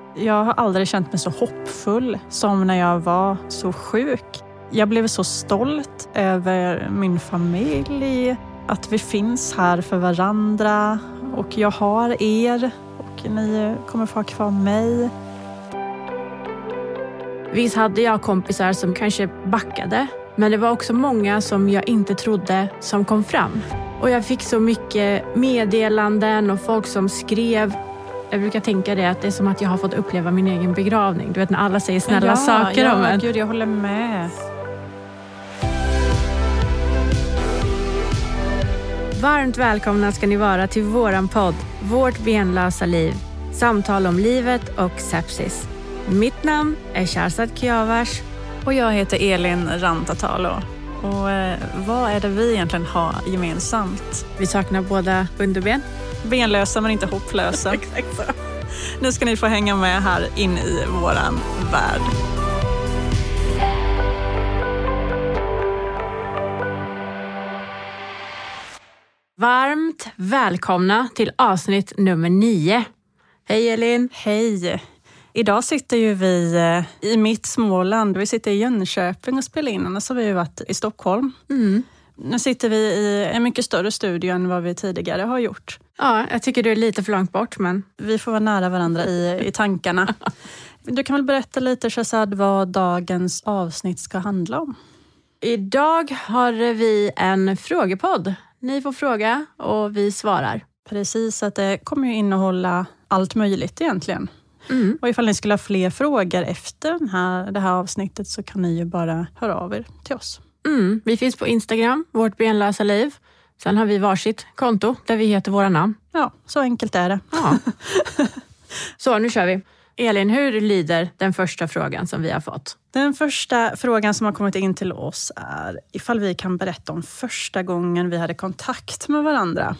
Jag har aldrig känt mig så hoppfull som när jag var så sjuk. Jag blev så stolt över min familj, att vi finns här för varandra och jag har er och ni kommer få ha kvar mig. Visst hade jag kompisar som kanske backade, men det var också många som jag inte trodde som kom fram. Och jag fick så mycket meddelanden och folk som skrev. Jag brukar tänka det att det är som att jag har fått uppleva min egen begravning. Du vet när alla säger snälla saker om en. Gud, jag håller med. Varmt välkomna ska ni vara till våran podd, Vårt benlösa liv. Samtal om livet och sepsis. Mitt namn är Shahrzad Kiavars. Och jag heter Elin Rantatalo. Och vad är det vi egentligen har gemensamt? Vi saknar båda underben. Benlösa men inte hopplösa. Exakt så. Nu ska ni få hänga med här in i våran värld. Varmt välkomna till avsnitt nummer 9. Hej Elin. Hej. Idag sitter ju vi i mitt Småland. Vi sitter i Jönköping och spelar in. Annars har vi ju varit i Stockholm. Nu sitter vi i en mycket större studio än vad vi tidigare har gjort. Ja, jag tycker du är lite för långt bort, men vi får vara nära varandra i tankarna. Du kan väl berätta lite, Shahrzad, vad dagens avsnitt ska handla om? Idag har vi en frågepodd. Ni får fråga och vi svarar. Precis, att det kommer ju innehålla allt möjligt egentligen. Och ifall ni skulle ha fler frågor efter det här avsnittet så kan ni ju bara höra av er till oss. Vi finns på Instagram, Vårt benlösa liv. Sen har vi varsitt konto där vi heter våra namn. Ja, så enkelt är det. Ja. Så, nu kör vi. Elin, hur lyder den första frågan som vi har fått? Den första frågan som har kommit in till oss är ifall vi kan berätta om första gången vi hade kontakt med varandra.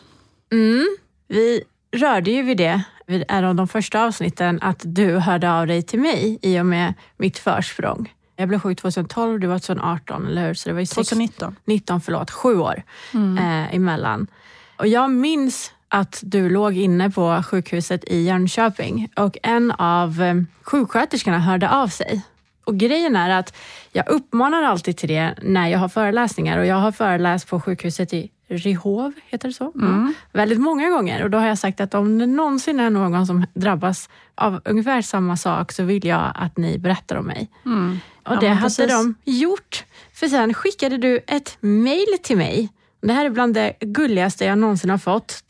Vi rörde ju vid det vid en av de första avsnitten att du hörde av dig till mig i och med mitt försprång. Jag blev sjuk 2012, du var 2018, eller hur? Så det var ju 2019, 7 år emellan. Och jag minns att du låg inne på sjukhuset i Jönköping och en av sjuksköterskorna hörde av sig. Och grejen är att jag uppmanar alltid till det när jag har föreläsningar, och jag har föreläst på sjukhuset i Ryhov, heter det så? Väldigt många gånger, och då har jag sagt att om det någonsin är någon som drabbas av ungefär samma sak så vill jag att ni berättar om mig. Och det hade de gjort, för sen skickade du ett mejl till mig. Det här är bland det gulligaste jag någonsin har fått.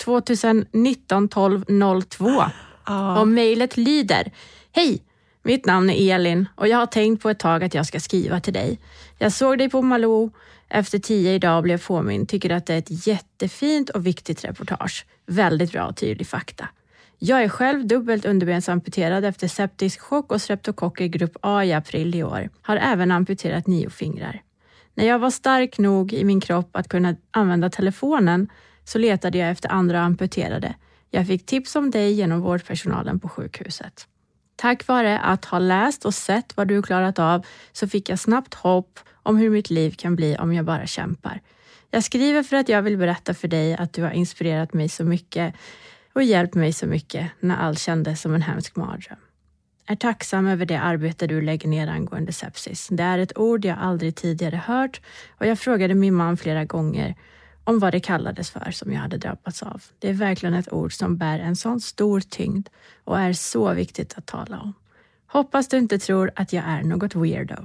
2019-12-02. Och mejlet lyder: Hej, mitt namn är Elin och jag har tänkt på ett tag att jag ska skriva till dig. Jag såg dig på Malou efter 10 idag och blev påminn. Tycker att det är ett jättefint och viktigt reportage. Väldigt bra och tydlig fakta. Jag är själv dubbelt underbensamputerad efter septisk chock och streptokocker grupp A i april i år. Har även amputerat 9 fingrar. När jag var stark nog i min kropp att kunna använda telefonen så letade jag efter andra amputerade. Jag fick tips om dig genom vårdpersonalen på sjukhuset. Tack vare att ha läst och sett vad du klarat av så fick jag snabbt hopp om hur mitt liv kan bli om jag bara kämpar. Jag skriver för att jag vill berätta för dig att du har inspirerat mig så mycket och hjälpt mig så mycket när allt kändes som en hemsk mardröm. Är tacksam över det arbete du lägger ner angående sepsis. Det är ett ord jag aldrig tidigare hört och jag frågade min man flera gånger om vad det kallades för som jag hade drabbats av. Det är verkligen ett ord som bär en sån stor tyngd och är så viktigt att tala om. Hoppas du inte tror att jag är något weirdo.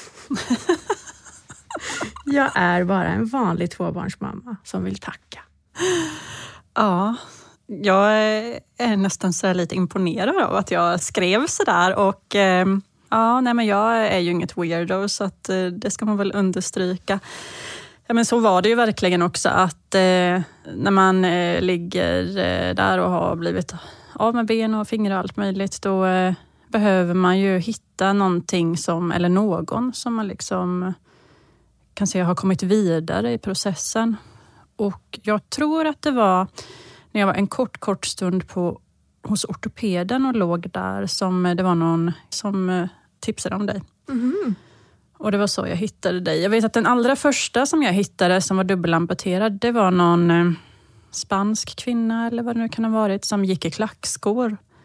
Jag är bara en vanlig tvåbarnsmamma som vill tacka. Ja, jag är nästan så lite imponerad av att jag skrev sådär och men jag är ju inget weirdo så att det ska man väl understryka. Ja, men så var det ju verkligen också att när man ligger där och har blivit av med ben och fingrar och allt möjligt, då behöver man ju hitta någonting eller någon som man liksom kan se har kommit vidare i processen. Och jag tror att det var när jag var en kort stund hos ortopeden och låg där som det var någon som tipsade om dig. Och det var så jag hittade dig. Jag vet att den allra första som jag hittade som var dubbelamputerad, det var någon spansk kvinna eller vad det nu kan ha varit som gick i klackskor.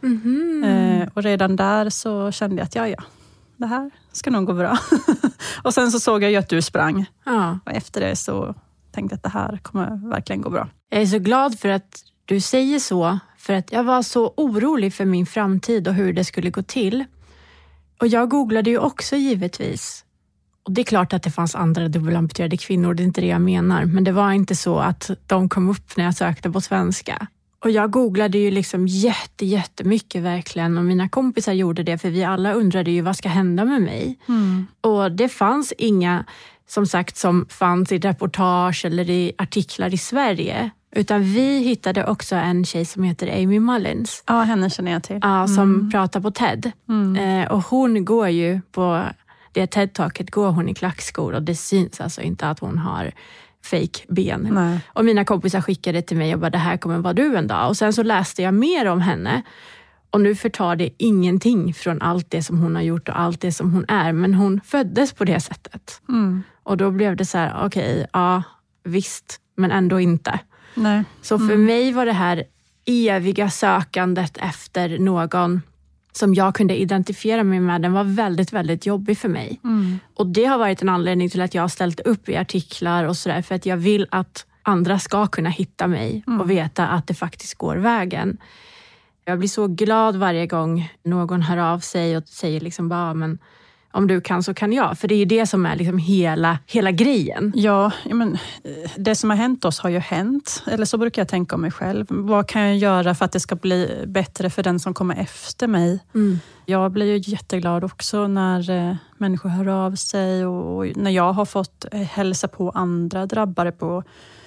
Och redan där så kände jag att det här ska nog gå bra. Och sen så såg jag ju att du sprang. Ja. Och efter det så tänkte jag att det här kommer verkligen gå bra. Jag är så glad för att du säger så. För att jag var så orolig för min framtid och hur det skulle gå till. Och jag googlade ju också givetvis. Och det är klart att det fanns andra dubbelamputerade kvinnor, det är inte det jag menar. Men det var inte så att de kom upp när jag sökte på svenska. Och jag googlade ju liksom jättemycket verkligen. Och mina kompisar gjorde det, för vi alla undrade ju vad ska hända med mig. Och det fanns inga, som sagt, som fanns i reportage eller i artiklar i Sverige. Utan vi hittade också en tjej som heter Amy Mullins. Ja, henne känner jag till. Ja, som pratar på TED. Och hon går ju på det TED-taket, går hon i klackskor. Och det syns alltså inte att hon har fake ben. Nej. Och mina kompisar skickade till mig och bara, det här kommer vara du en dag. Och sen så läste jag mer om henne. Och nu förtar det ingenting från allt det som hon har gjort och allt det som hon är. Men hon föddes på det sättet. Och då blev det så här, okej, ja visst, men ändå inte. Nej. Så för mig var det här eviga sökandet efter någon som jag kunde identifiera mig med, den var väldigt, väldigt jobbig för mig. Och det har varit en anledning till att jag har ställt upp i artiklar och sådär, för att jag vill att andra ska kunna hitta mig och veta att det faktiskt går vägen. Jag blir så glad varje gång någon hör av sig och säger liksom bara, men om du kan så kan jag. För det är ju det som är liksom hela grejen. Ja, men det som har hänt oss har ju hänt. Eller så brukar jag tänka om mig själv. Vad kan jag göra för att det ska bli bättre för den som kommer efter mig? Jag blir ju jätteglad också när människor hör av sig. Och när jag har fått hälsa på andra drabbade på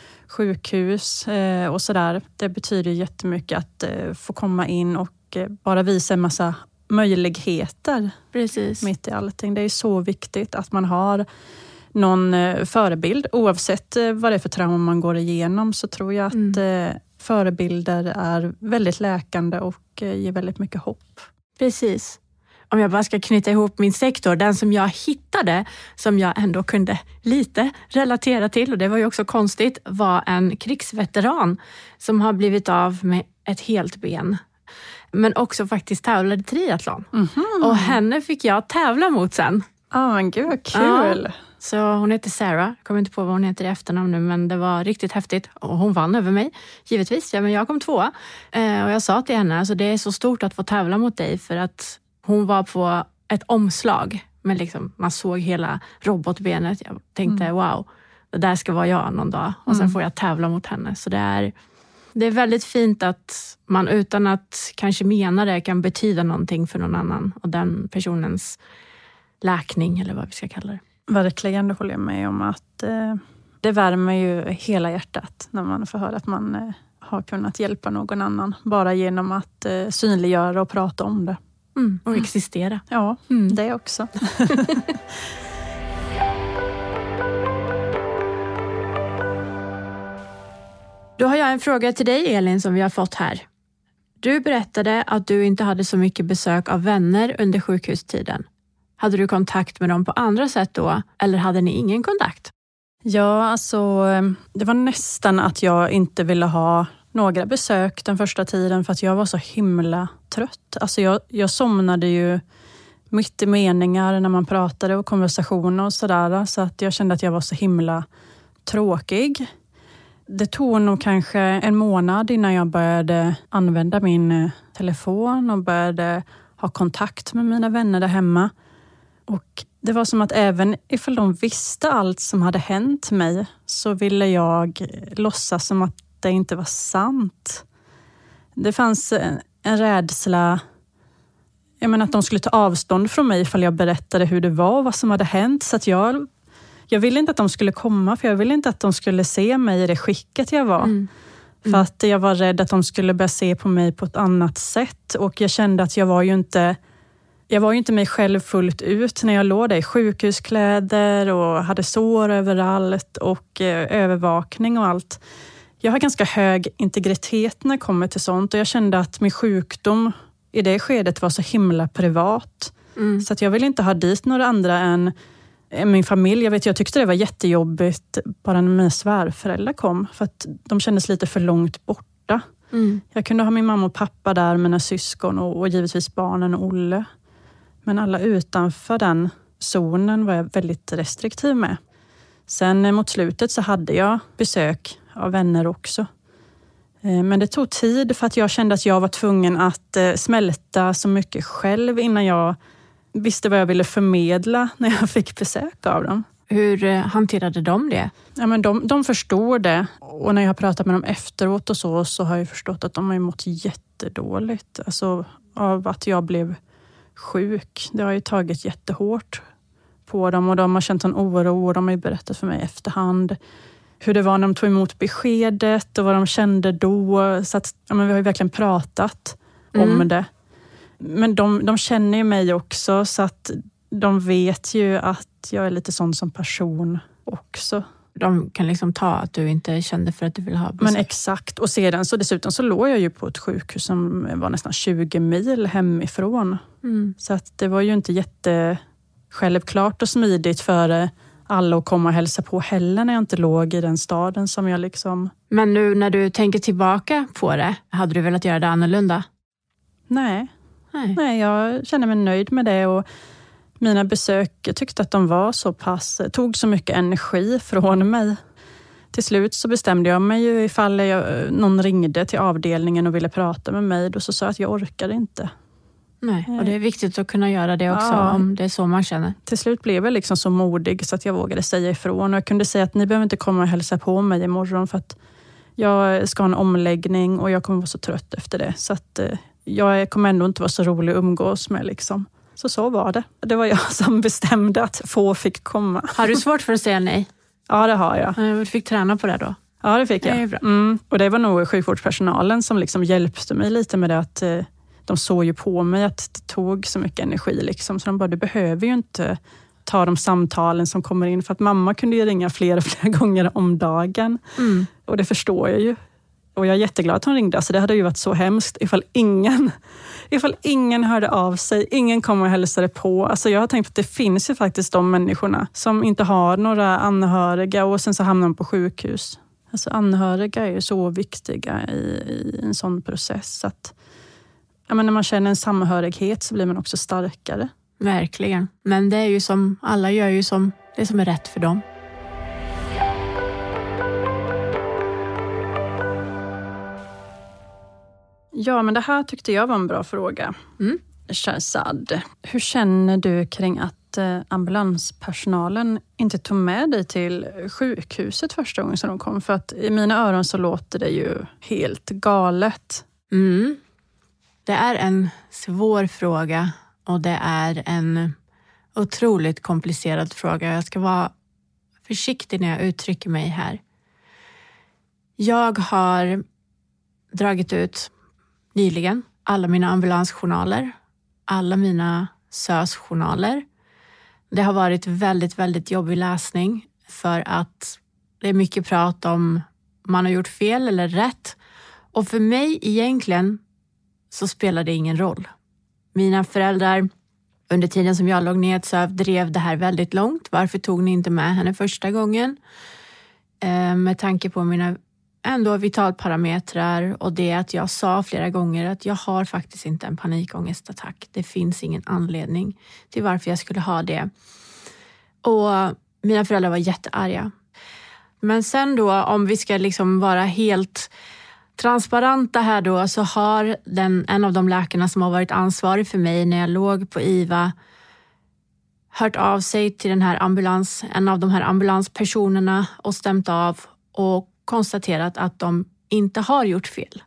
sjukhus och sådär. Det betyder jättemycket att få komma in och bara visa en massa möjligheter. Precis. Mitt i allting. Det är så viktigt att man har någon förebild. Oavsett vad det är för trauma man går igenom, så tror jag att förebilder är väldigt läkande och ger väldigt mycket hopp. Precis. Om jag bara ska knyta ihop min sektor, den som jag hittade, som jag ändå kunde lite relatera till, och det var ju också konstigt, var en krigsveteran som har blivit av med ett helt ben. Men också faktiskt tävlade triathlon. Och henne fick jag tävla mot sen. Men gud, kul! Ja, så hon heter Sarah. Jag kommer inte på vad hon heter i efternamn nu, men det var riktigt häftigt. Och hon vann över mig, givetvis. Ja, men jag kom 2. Och jag sa till henne, alltså, det är så stort att få tävla mot dig, för att hon var på ett omslag. Men liksom, man såg hela robotbenet. Jag tänkte, wow, det där ska vara jag någon dag. Och sen får jag tävla mot henne. Så det är väldigt fint att man utan att kanske mena det kan betyda någonting för någon annan. Och den personens läkning, eller vad vi ska kalla det. Verkligen, det håller jag med om att det värmer ju hela hjärtat när man får höra att man har kunnat hjälpa någon annan. Bara genom att synliggöra och prata om det. Och existera. Ja, det också. Då har jag en fråga till dig, Elin, som vi har fått här. Du berättade att du inte hade så mycket besök av vänner under sjukhustiden. Hade du kontakt med dem på andra sätt då? Eller hade ni ingen kontakt? Ja, alltså det var nästan att jag inte ville ha några besök den första tiden, för att jag var så himla trött. Alltså jag somnade ju mitt i meningar när man pratade och konversationer och sådär. Så att jag kände att jag var så himla tråkig. Det tog nog kanske en månad innan jag började använda min telefon och började ha kontakt med mina vänner där hemma. Och det var som att även ifall de visste allt som hade hänt mig, så ville jag låtsas som att det inte var sant. Det fanns en rädsla, jag menar, att de skulle ta avstånd från mig ifall jag berättade hur det var och vad som hade hänt. Så att jag ville inte att de skulle komma, för jag ville inte att de skulle se mig i det skicket jag var. För att jag var rädd att de skulle börja se på mig på ett annat sätt. Och jag kände att jag var ju inte mig själv fullt ut när jag låg där i sjukhuskläder och hade sår överallt och övervakning och allt. Jag har ganska hög integritet när det kommer till sånt, och jag kände att min sjukdom i det skedet var så himla privat. Så att jag ville inte ha dit några andra än min familj. Jag tyckte det var jättejobbigt bara när mina svärföräldrar kom, för att de kändes lite för långt borta. Jag kunde ha min mamma och pappa där, mina syskon och givetvis barnen och Olle. Men alla utanför den zonen var jag väldigt restriktiv med. Sen mot slutet så hade jag besök av vänner också. Men det tog tid för att jag kände att jag var tvungen att smälta så mycket själv innan jag visste vad jag ville förmedla när jag fick besök av dem. Hur hanterade de det? Ja, men de förstår det. Och när jag har pratat med dem efteråt och så har jag förstått att de har mått jättedåligt. Alltså av att jag blev sjuk. Det har ju tagit jättehårt på dem och de har känt en oro och de har ju berättat för mig efterhand hur det var när de tog emot beskedet och vad de kände då. Så att, vi har ju verkligen pratat om det. Men de känner ju mig också så att de vet ju att jag är lite sån som person också. De kan liksom ta att du inte kände för att du ville ha besök. Men exakt. Och sedan så dessutom så låg jag ju på ett sjukhus som var nästan 20 mil hemifrån. Så att det var ju inte självklart och smidigt för alla att komma och hälsa på heller när jag inte låg i den staden som jag liksom... Men nu när du tänker tillbaka på det, hade du velat göra det annorlunda? Nej, jag känner mig nöjd med det och mina besök, jag tyckte att de var så pass, tog så mycket energi från mig. Till slut så bestämde jag mig ju ifall någon ringde till avdelningen och ville prata med mig, då så sa jag att jag orkade inte. Nej, och det är viktigt att kunna göra det också om det är så man känner. Till slut blev jag liksom så modig så att jag vågade säga ifrån och jag kunde säga att ni behöver inte komma och hälsa på mig imorgon för att jag ska ha en omläggning och jag kommer vara så trött efter det. Så att jag kommer ändå inte vara så rolig att umgås med liksom. Så var det. Det var jag som bestämde att få fick komma. Har du svårt för att säga nej? Ja, det har jag. Du fick träna på det då? Ja, det fick jag. Det är bra. Och det var nog sjukvårdspersonalen som liksom hjälpte mig lite med det att de såg ju på mig att det tog så mycket energi liksom. Så de bara, du behöver ju inte ta de samtalen som kommer in för att mamma kunde ju ringa flera gånger om dagen. Och det förstår jag ju. Och jag är jätteglad att hon ringde. Alltså det hade ju varit så hemskt ifall ingen hörde av sig. Ingen kom och hälsade på. Alltså jag har tänkt att det finns ju faktiskt de människorna som inte har några anhöriga och sen så hamnar de på sjukhus. Alltså anhöriga är ju så viktiga i en sån process. Att, när man känner en samhörighet så blir man också starkare. Verkligen. Men det är ju som, alla gör ju som det som är rätt för dem. Ja, men det här tyckte jag var en bra fråga. Shahzad, hur känner du kring att ambulanspersonalen inte tog med dig till sjukhuset första gången som de kom? För att i mina öron så låter det ju helt galet. Det är en svår fråga och det är en otroligt komplicerad fråga. Jag ska vara försiktig när jag uttrycker mig här. Jag har dragit ut nyligen alla mina ambulansjournaler, alla mina SÖS-journaler. Det har varit väldigt, väldigt jobbig läsning för att det är mycket prat om man har gjort fel eller rätt. Och för mig egentligen så spelar det ingen roll. Mina föräldrar under tiden som jag låg nedsövd drev det här väldigt långt. Varför tog ni inte med henne första gången? Med tanke på mina ändå vitalparametrar och det att jag sa flera gånger att jag har faktiskt inte en panikångestattack. Det finns ingen anledning till varför jag skulle ha det. Och mina föräldrar var jättearga. Men sen då, om vi ska liksom vara helt transparenta här då, så har en av de läkarna som har varit ansvarig för mig när jag låg på IVA hört av sig till den här en av de här ambulanspersonerna och stämt av och konstaterat att de inte har gjort fel.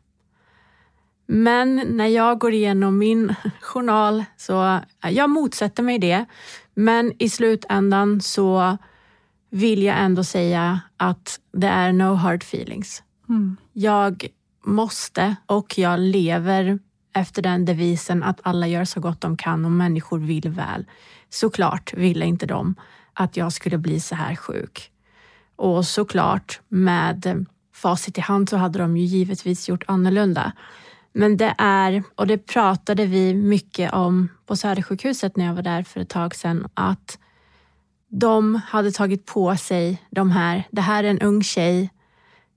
Men när jag går igenom min journal så jag motsätter mig det. Men i slutändan så vill jag ändå säga att det är no hard feelings. Jag måste och jag lever efter den devisen att alla gör så gott de kan och människor vill väl. Såklart ville inte de att jag skulle bli så här sjuk. Och såklart med facit i hand så hade de ju givetvis gjort annorlunda. Men det är, och det pratade vi mycket om på Södersjukhuset när jag var där för ett tag sedan, att de hade tagit på sig det här är en ung tjej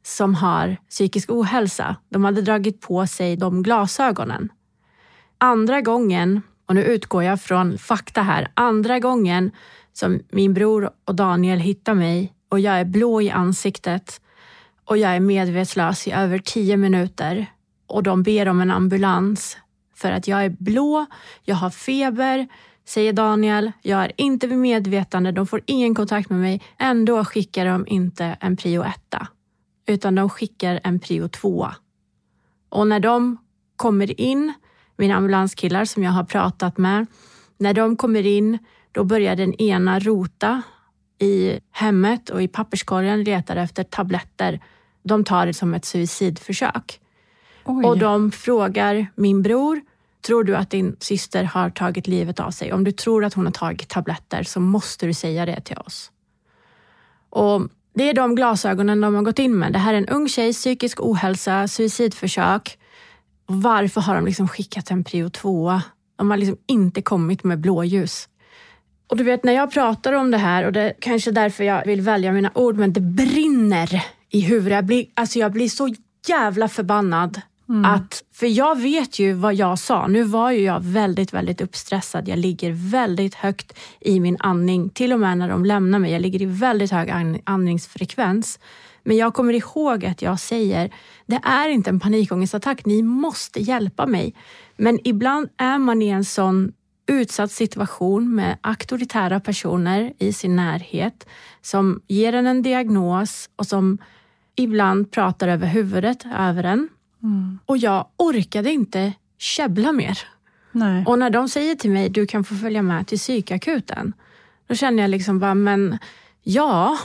som har psykisk ohälsa. De hade dragit på sig de glasögonen. Andra gången, och nu utgår jag från fakta här, andra gången som min bror och Daniel hittar mig och jag är blå i ansiktet och jag är medvetslös i över 10 minuter och de ber om en ambulans för att jag är blå, jag har feber, säger Daniel, jag är inte vid medvetande, de får ingen kontakt med mig, ändå skickar de inte en prio 1 utan de skickar en prio 2. Och när de kommer in, mina ambulanskillar som jag har pratat med, när de kommer in då börjar den ena rota i hemmet och i papperskorgen, letar efter tabletter. De tar det som ett suicidförsök. Oj. Och de frågar min bror, tror du att din syster har tagit livet av sig? Om du tror att hon har tagit tabletter så måste du säga det till oss. Och det är de glasögonen de har gått in med. Det här är en ung tjej, psykisk ohälsa, suicidförsök. Och varför har de liksom skickat en prio 2? De har liksom inte kommit med blåljus. Och du vet, när jag pratar om det här, och det är kanske därför jag vill välja mina ord, men det brinner i huvudet. Jag blir så jävla förbannad. För jag vet ju vad jag sa. Nu var ju jag väldigt, väldigt uppstressad. Jag ligger väldigt högt i min andning. Till och med när de lämnar mig. Jag ligger i väldigt hög andningsfrekvens. Men jag kommer ihåg att jag säger, det är inte en panikångestattack. Ni måste hjälpa mig. Men ibland är man i en sån utsatt situation med auktoritära personer i sin närhet som ger en diagnos och som ibland pratar över huvudet över en. Och jag orkade inte käbbla mer. Nej. Och när de säger till mig, du kan få följa med till psykakuten, då känner jag liksom bara, men ja.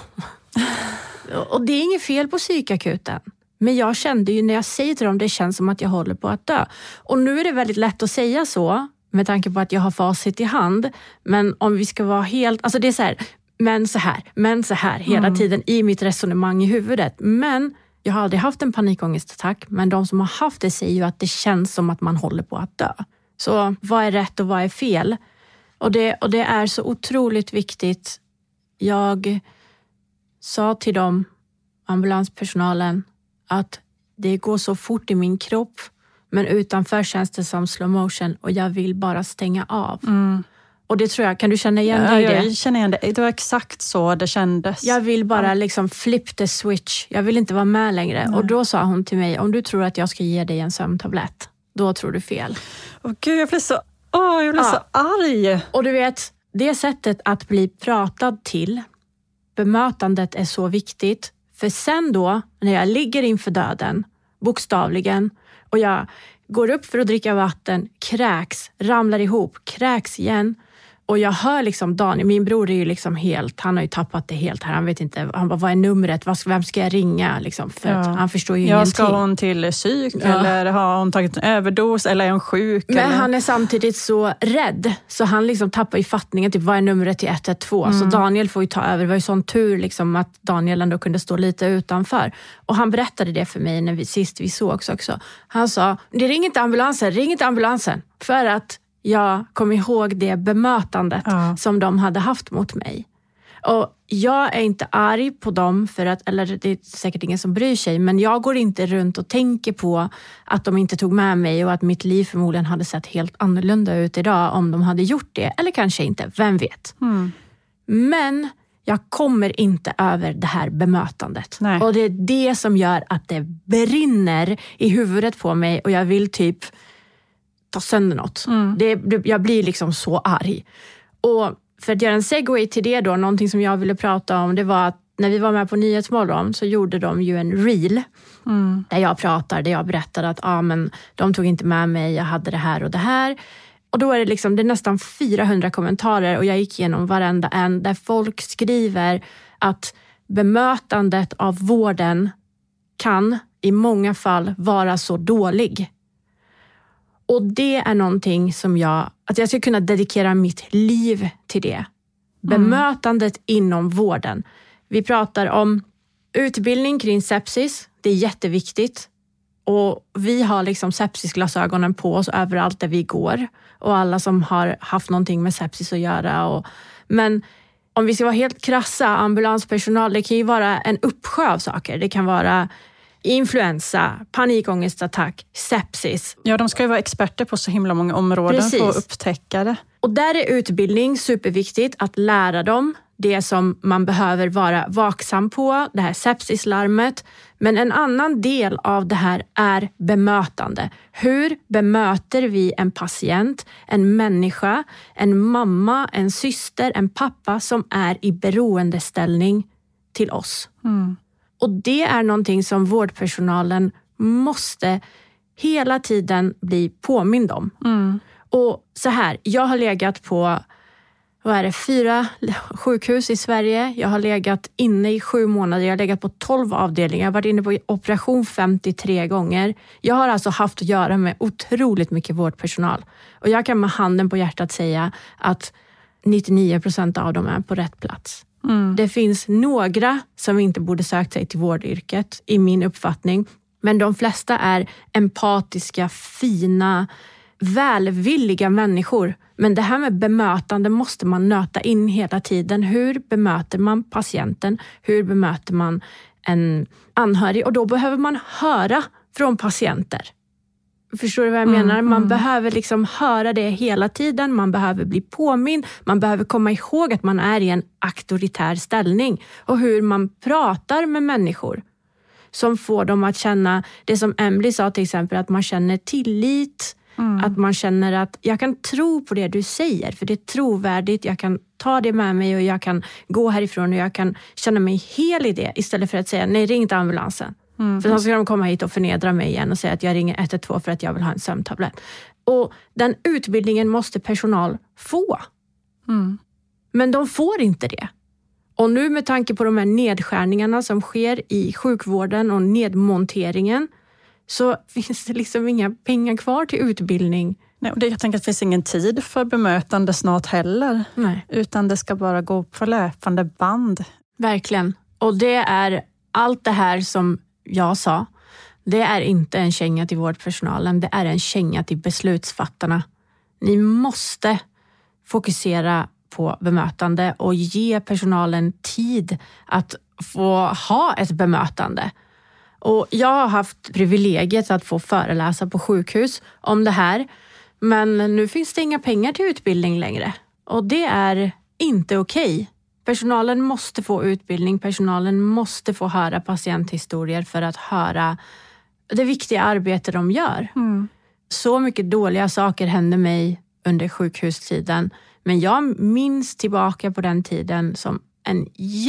Och det är inget fel på psykakuten. Men jag kände ju när jag säger till dem, det känns som att jag håller på att dö. Och nu är det väldigt lätt att säga så, med tanke på att jag har facit i hand. Men om vi ska vara helt, alltså det är så här, men så här hela tiden i mitt resonemang i huvudet. Men jag har aldrig haft en panikångestattack, men de som har haft det säger ju att det känns som att man håller på att dö. Så vad är rätt och vad är fel? Och det är så otroligt viktigt. Jag sa till dem, ambulanspersonalen, att det går så fort i min kropp, men utanför känns det som slow motion och jag vill bara stänga av. Och det tror jag, kan du känna igen dig i det? Jag känner igen det. Det var exakt så det kändes. Jag vill bara liksom flip the switch. Jag vill inte vara med längre. Nej. Och då sa hon till mig, om du tror att jag ska ge dig en sömntablett, då tror du fel. Åh gud, jag blir så arg. Och du vet, det sättet att bli pratad till, bemötandet är så viktigt. För sen då, när jag ligger inför döden, bokstavligen, och jag går upp för att dricka vatten, kräks, ramlar ihop, kräks igen. Och jag hör liksom Daniel, min bror är ju liksom helt, han har ju tappat det helt här. Han vet inte, han bara, vad är numret? Vem ska jag ringa? Liksom, för att han förstår ju ingenting. Ska hon till psyk? Eller har hon tagit en överdos? Eller är hon sjuk? Men eller? Han är samtidigt så rädd. Så han liksom tappar ju fattningen, typ vad är numret till 112? Så Daniel får ju ta över. Det var ju sån tur liksom att Daniel ändå kunde stå lite utanför. Och han berättade det för mig när vi sågs också. Han sa, det ring inte ambulansen. För att jag kom ihåg det bemötandet som de hade haft mot mig. Och jag är inte arg på dem för att, eller det är säkert ingen som bryr sig, men jag går inte runt och tänker på att de inte tog med mig och att mitt liv förmodligen hade sett helt annorlunda ut idag om de hade gjort det. Eller kanske inte, vem vet. Men jag kommer inte över det här bemötandet. Nej. Och det är det som gör att det brinner i huvudet på mig och jag vill typ ta sönder något. Jag blir liksom så arg. Och för att göra en segway till det då, någonting som jag ville prata om, det var att när vi var med på Nyhetsmorgon så gjorde de ju en reel där jag berättade att men de tog inte med mig, jag hade det här och det här. Och då är det liksom, det är nästan 400 kommentarer och jag gick igenom varenda en där folk skriver att bemötandet av vården kan i många fall vara så dålig. Och det är någonting som jag ska kunna dedikera mitt liv till det. Bemötandet inom vården. Vi pratar om utbildning kring sepsis. Det är jätteviktigt. Och vi har liksom sepsisglasögonen på oss överallt där vi går. Och alla som har haft någonting med sepsis att göra. Men om vi ska vara helt krassa, ambulanspersonal, det kan ju vara en uppsjö av saker. Det kan vara influensa, panikångestattack, sepsis. Ja, de ska ju vara experter på så himla många områden för att upptäcka det. Och där är utbildning superviktigt, att lära dem det som man behöver vara vaksam på, det här sepsislarmet. Men en annan del av det här är bemötande. Hur bemöter vi en patient, en människa, en mamma, en syster, en pappa som är i beroendeställning till oss? Och det är någonting som vårdpersonalen måste hela tiden bli påmind om. Och så här, jag har legat på 4 sjukhus i Sverige. Jag har legat inne i 7 månader. Jag har legat på 12 avdelningar. Jag har varit inne på operation 53 gånger. Jag har alltså haft att göra med otroligt mycket vårdpersonal. Och jag kan med handen på hjärtat säga att 99% av dem är på rätt plats. Det finns några som inte borde sökt sig till vårdyrket i min uppfattning. Men de flesta är empatiska, fina, välvilliga människor. Men det här med bemötande måste man nöta in hela tiden. Hur bemöter man patienten? Hur bemöter man en anhörig? Och då behöver man höra från patienter. Förstår du vad jag menar? Man behöver liksom höra det hela tiden. Man behöver bli påmind. Man behöver komma ihåg att man är i en auktoritär ställning. Och hur man pratar med människor. Som får dem att känna, det som Emily sa till exempel, att man känner tillit. Att man känner att jag kan tro på det du säger, för det är trovärdigt, jag kan ta det med mig och jag kan gå härifrån och jag kan känna mig hel i det, istället för att säga nej, ring inte ambulansen. För så ska de komma hit och förnedra mig igen och säga att jag ringer 112 för att jag vill ha en sömntablett. Och den utbildningen måste personal få. Men de får inte det. Och nu med tanke på de här nedskärningarna som sker i sjukvården och nedmonteringen, så finns det liksom inga pengar kvar till utbildning. Nej, och jag tänker att det finns ingen tid för bemötande snart heller. Nej. Utan det ska bara gå på löpande band. Verkligen. Och det är allt det här som jag sa. Det är inte en känga till vårdpersonalen. Det är en känga till beslutsfattarna. Ni måste fokusera på bemötande och ge personalen tid att få ha ett bemötande. Och jag har haft privilegiet att få föreläsa på sjukhus om det här. Men nu finns det inga pengar till utbildning längre. Och det är inte okej. Personalen måste få utbildning. Personalen måste få höra patienthistorier för att höra det viktiga arbete de gör. Så mycket dåliga saker hände mig under sjukhustiden. Men jag minns tillbaka på den tiden som en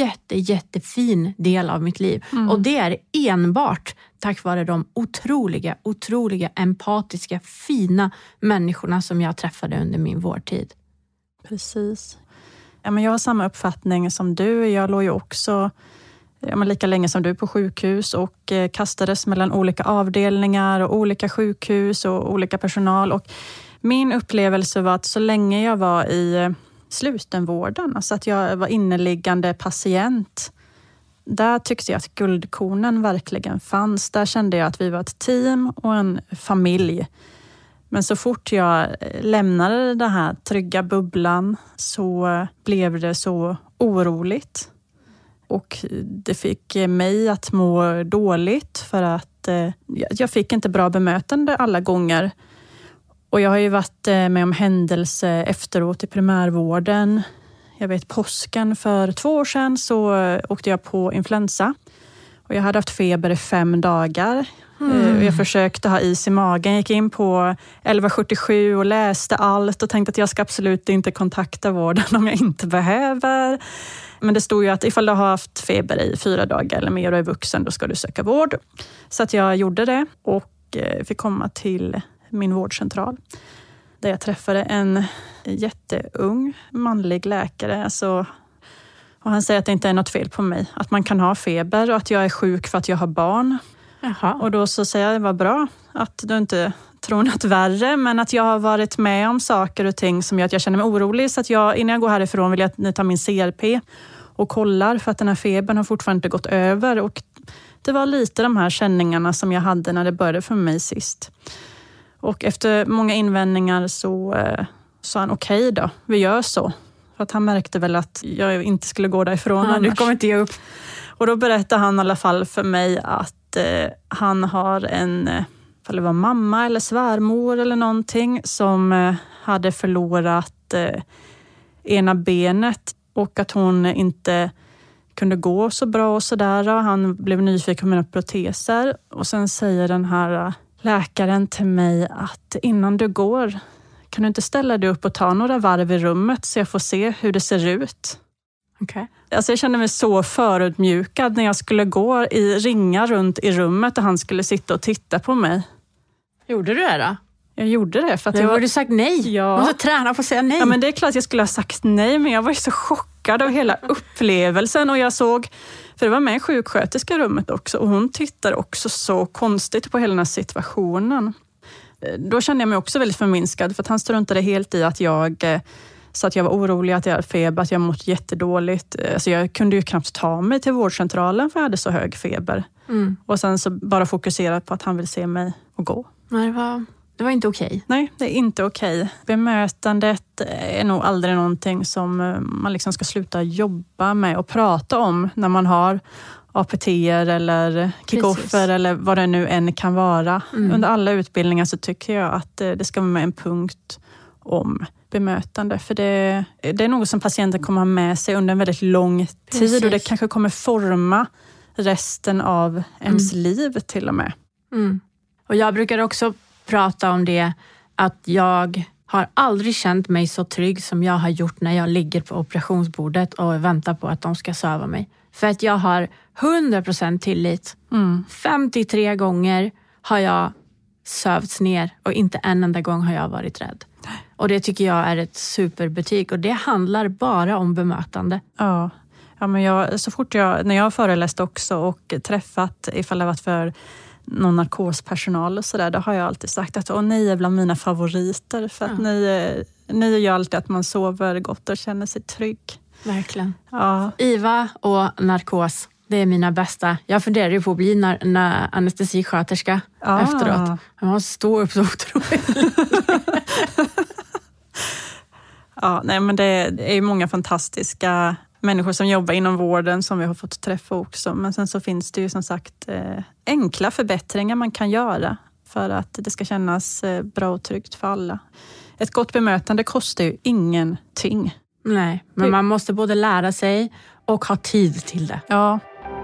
jättefin del av mitt liv. Och det är enbart tack vare de otroliga, empatiska, fina människorna som jag träffade under min vårdtid. Precis. Ja, men jag har samma uppfattning som du. Jag låg ju också lika länge som du på sjukhus och kastades mellan olika avdelningar och olika sjukhus och olika personal. Och min upplevelse var att så länge jag var i slutenvården, alltså att jag var inneliggande patient, där tyckte jag att guldkornen verkligen fanns. Där kände jag att vi var ett team och en familj. Men så fort jag lämnade den här trygga bubblan så blev det så oroligt. Och det fick mig att må dåligt för att jag fick inte bra bemötande alla gånger. Och jag har ju varit med om händelse efteråt i primärvården. Jag vet påsken för 2 år sedan så åkte jag på influensa. Och jag hade haft feber i 5 dagar. Jag försökte ha is i magen. Jag gick in på 1177 och läste allt och tänkte att jag ska absolut inte kontakta vården om jag inte behöver. Men det stod ju att ifall du har haft feber i 4 dagar eller mer och är vuxen, då ska du söka vård. Så att jag gjorde det och fick komma till min vårdcentral. Där jag träffade en jätteung manlig läkare. Och han säger att det inte är något fel på mig. Att man kan ha feber och att jag är sjuk för att jag har barn. Jaha. Och då så säger jag, det var bra att du inte tror något värre. Men att jag har varit med om saker och ting som gör att jag känner mig orolig. Så att innan jag går härifrån vill jag att ni tar min CRP och kollar. För att den här febern har fortfarande inte gått över. Och det var lite de här känningarna som jag hade när det började för mig sist. Och efter många invändningar så sa han okej då, vi gör så. För att han märkte väl att jag inte skulle gå därifrån annars. Nu kommer inte jag upp. Och då berättade han i alla fall för mig att att han har eller det var mamma eller svärmor eller någonting som hade förlorat ena benet och att hon inte kunde gå så bra och sådär. Han blev nyfiken på mina proteser och sen säger den här läkaren till mig att innan du går kan du inte ställa dig upp och ta några varv i rummet så jag får se hur det ser ut. Okay. Alltså jag kände mig så förödmjukad när jag skulle gå i ringar runt i rummet och han skulle sitta och titta på mig. Gjorde du det då? Jag gjorde det. För att men har du sagt nej? Ja. Du måste träna på att säga nej. Ja, men det är klart att jag skulle ha sagt nej, men jag var ju så chockad av hela upplevelsen och jag såg, för det var med en sjuksköterska i rummet också och hon tittade också så konstigt på hela den här situationen. Då kände jag mig också väldigt förminskad för att han struntade helt i att jag var orolig, att jag hade feber, att jag mått jättedåligt. Alltså jag kunde ju knappt ta mig till vårdcentralen för jag hade så hög feber. Mm. Och sen så bara fokusera på att han vill se mig och gå. Nej, det var inte okej. Nej, det är inte okej. Bemötandet är nog aldrig någonting som man liksom ska sluta jobba med och prata om när man har APT-er eller kick-offer eller vad det nu än kan vara. Mm. Under alla utbildningar så tycker jag att det ska vara med en punkt om bemötande. För det är något som patienten kommer ha med sig under en väldigt lång tid och det kanske kommer forma resten av ens liv till och med. Mm. Och jag brukar också prata om det att jag har aldrig känt mig så trygg som jag har gjort när jag ligger på operationsbordet och väntar på att de ska söva mig. För att jag har 100% tillit. 53 gånger har jag sövts ner och inte en enda gång har jag varit rädd. Och det tycker jag är ett superbetyg och det handlar bara om bemötande. Ja, men när jag har föreläst också och träffat ifall det varit för någon narkospersonal och sådär, då har jag alltid sagt att ni är bland mina favoriter för att ni gör alltid att man sover gott och känner sig trygg. Verkligen. Ja. IVA och narkos, det är mina bästa. Jag funderar ju på att bli anestesisköterska efteråt. Jag måste stå upp så otroligt. Ja, nej, men det är många fantastiska människor som jobbar inom vården som vi har fått träffa också. Men sen så finns det ju som sagt enkla förbättringar man kan göra för att det ska kännas bra och tryggt för alla. Ett gott bemötande kostar ju ingenting. Nej, men man måste både lära sig och ha tid till det. Ja.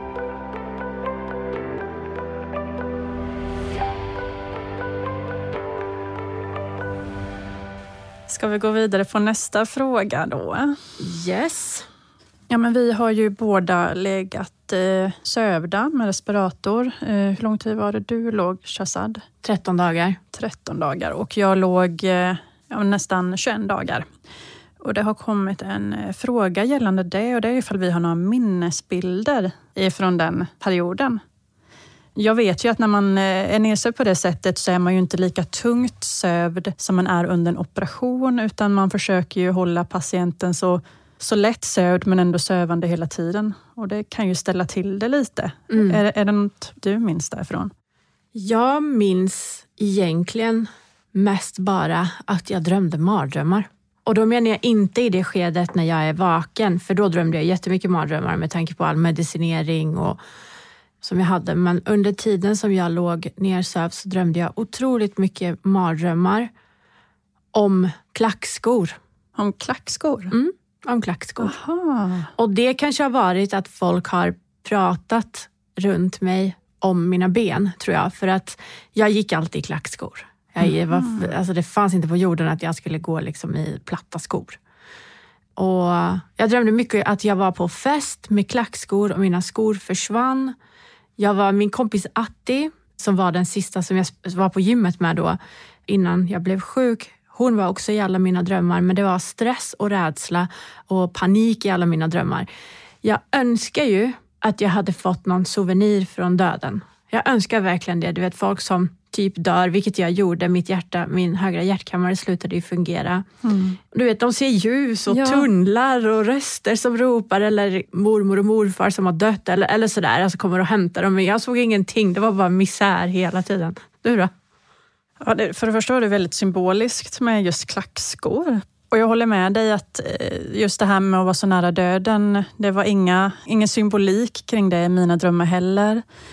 Ska vi gå vidare på nästa fråga då? Yes. Ja, men vi har ju båda legat sövda med respirator. Hur lång tid var det du låg, Shazad? 13 dagar. 13 dagar och jag låg nästan 21 dagar. Och det har kommit en fråga gällande det och det är ifall vi har några minnesbilder ifrån den perioden. Jag vet ju att när man är nedsövd på det sättet så är man ju inte lika tungt sövd som man är under en operation utan man försöker ju hålla patienten så lätt sövd men ändå sövande hela tiden. Och det kan ju ställa till det lite. Är det något du minns därifrån? Jag minns egentligen mest bara att jag drömde mardrömmar. Och då menar jag inte i det skedet när jag är vaken. För då drömde jag jättemycket mardrömmar med tanke på all medicinering och som jag hade. Men under tiden som jag låg nersövd så drömde jag otroligt mycket mardrömmar om klackskor. Om klackskor? Om klackskor. Aha. Och det kanske har varit att folk har pratat runt mig om mina ben, tror jag. För att jag gick alltid i klackskor. Alltså det fanns inte på jorden att jag skulle gå liksom i platta skor. Och jag drömde mycket att jag var på fest med klackskor och mina skor försvann. Min kompis Atti, som var den sista som jag var på gymmet med då innan jag blev sjuk. Hon var också i alla mina drömmar, men det var stress och rädsla och panik i alla mina drömmar. Jag önskar ju att jag hade fått någon souvenir från döden. Jag önskar verkligen det. Du vet, folk som typ dör, vilket jag gjorde. Min högra hjärtkammare slutade ju fungera. Du vet, de ser ljus och tunnlar och röster som ropar eller mormor och morfar som har dött eller sådär. Alltså kommer och hämtar dem. Men jag såg ingenting. Det var bara misär hela tiden. Du då? Ja, för det första var det väldigt symboliskt med just klackskor. Och jag håller med dig att just det här med att vara så nära döden, det var ingen symbolik kring det i mina drömmar heller.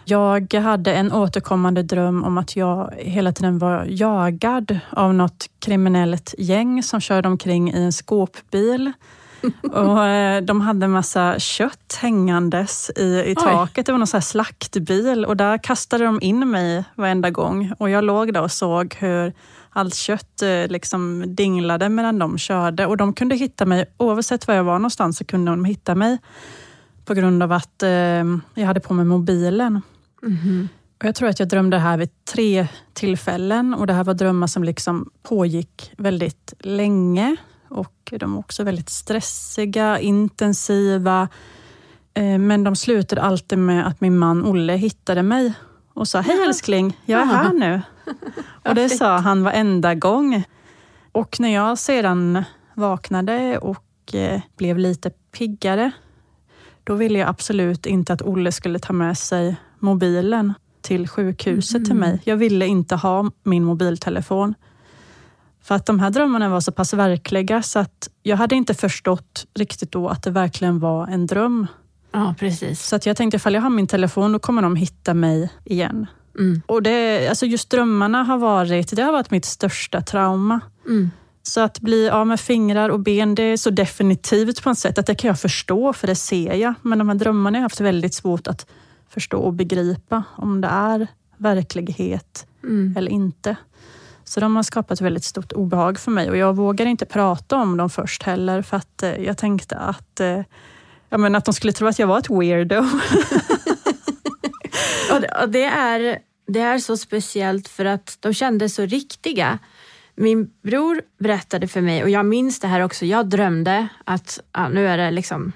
Jag hade en återkommande dröm om att jag hela tiden var jagad av något kriminellt gäng som körde omkring i en skåpbil. Och de hade en massa kött hängandes i taket. Det var någon sån här slaktbil och där kastade de in mig varenda gång. Och jag låg där och såg hur allt kött liksom dinglade medan de körde. Och de kunde hitta mig, oavsett var jag var någonstans så kunde de hitta mig. På grund av att jag hade på mig mobilen. Mm-hmm. Och jag tror att jag drömde det här vid 3 tillfällen. Och det här var drömmar som liksom pågick väldigt länge. Och de var också väldigt stressiga, intensiva. Men de slutade alltid med att min man Olle hittade mig. Och sa, hej älskling, jag är här nu. Och det sa han varenda gång. Och när jag sedan vaknade och blev lite piggare. Då ville jag absolut inte att Olle skulle ta med sig mobilen till sjukhuset till mig. Jag ville inte ha min mobiltelefon. För att de här drömmarna var så pass verkliga så att jag hade inte förstått riktigt då att det verkligen var en dröm. Ja, precis. Så att jag tänkte, ifall jag har min telefon då kommer de hitta mig igen. Och alltså just drömmarna har varit mitt största trauma. Så att bli av med fingrar och ben, det är så definitivt på ett sätt att det kan jag förstå, för det ser jag. Men de här drömmarna har jag haft väldigt svårt att förstå och begripa om det är verklighet eller inte. Så de har skapat väldigt stort obehag för mig och jag vågar inte prata om dem först heller för att jag tänkte att att de skulle tro att jag var ett weirdo. och det är så speciellt för att de kändes så riktiga. Min bror berättade för mig, och jag minns det här också, jag drömde att, nu är det liksom,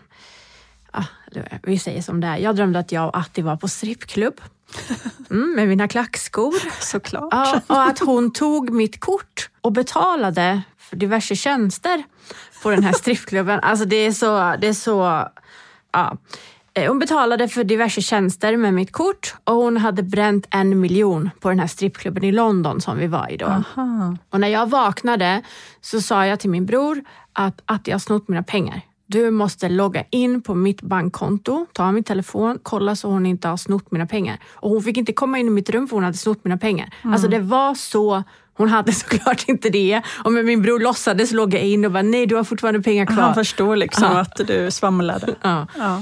vi säger som det är, jag drömde att jag och Atti var på strippklubb. Med mina klackskor. Såklart. Ja, och att hon tog mitt kort och betalade för diverse tjänster på den här strippklubben. Alltså det är så ja. Hon betalade för diverse tjänster med mitt kort och hon hade bränt 1 miljon på den här strippklubben i London som vi var i då. Aha. Och när jag vaknade så sa jag till min bror att jag har snott mina pengar. Du måste logga in på mitt bankkonto, ta min telefon, kolla så hon inte har snott mina pengar. Och hon fick inte komma in i mitt rum för hon hade snott mina pengar. Alltså det var så, hon hade såklart inte det. Och med min bror låtsades logga in och bara, nej du har fortfarande pengar kvar. Han förstår liksom att du svamlade. Ja.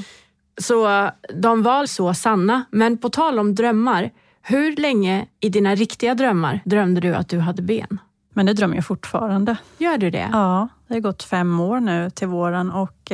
Så de var så sanna. Men på tal om drömmar, hur länge i dina riktiga drömmar drömde du att du hade ben? Men det drömmer jag fortfarande. Gör du det? Ja, det har gått 5 år nu till våren och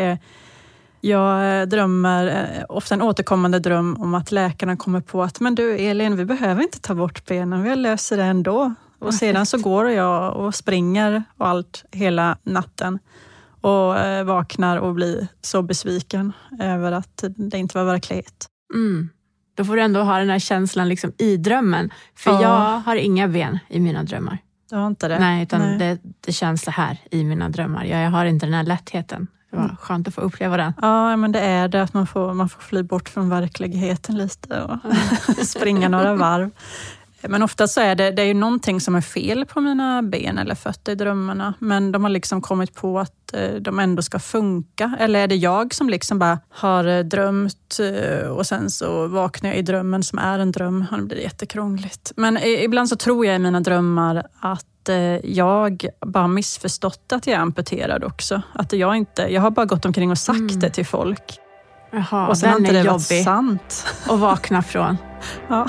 jag drömmer, ofta en återkommande dröm om att läkarna kommer på att men du Elin, vi behöver inte ta bort benen, vi löser det ändå. Och sedan så går jag och springer och allt hela natten och vaknar och blir så besviken över att det inte var verklighet. Då får du ändå ha den här känslan liksom i drömmen. För jag har inga ben i mina drömmar. Du har inte det? Nej, utan det känns så här i mina drömmar. Jag har inte den här lättheten. Det var skönt att få uppleva den. Ja, men det är det att man får fly bort från verkligheten lite och springa några varv. Men ofta så är det är ju någonting som är fel på mina ben eller fötter i drömmarna. Men de har liksom kommit på att de ändå ska funka. Eller är det jag som liksom bara har drömt och sen så vaknar jag i drömmen som är en dröm. Och det blir jättekrångligt. Men ibland så tror jag i mina drömmar att jag bara missförstått att jag är amputerad också. Att jag har bara gått omkring och sagt det till folk. Jaha, och sen har inte det varit sant. Och vakna från. Ja.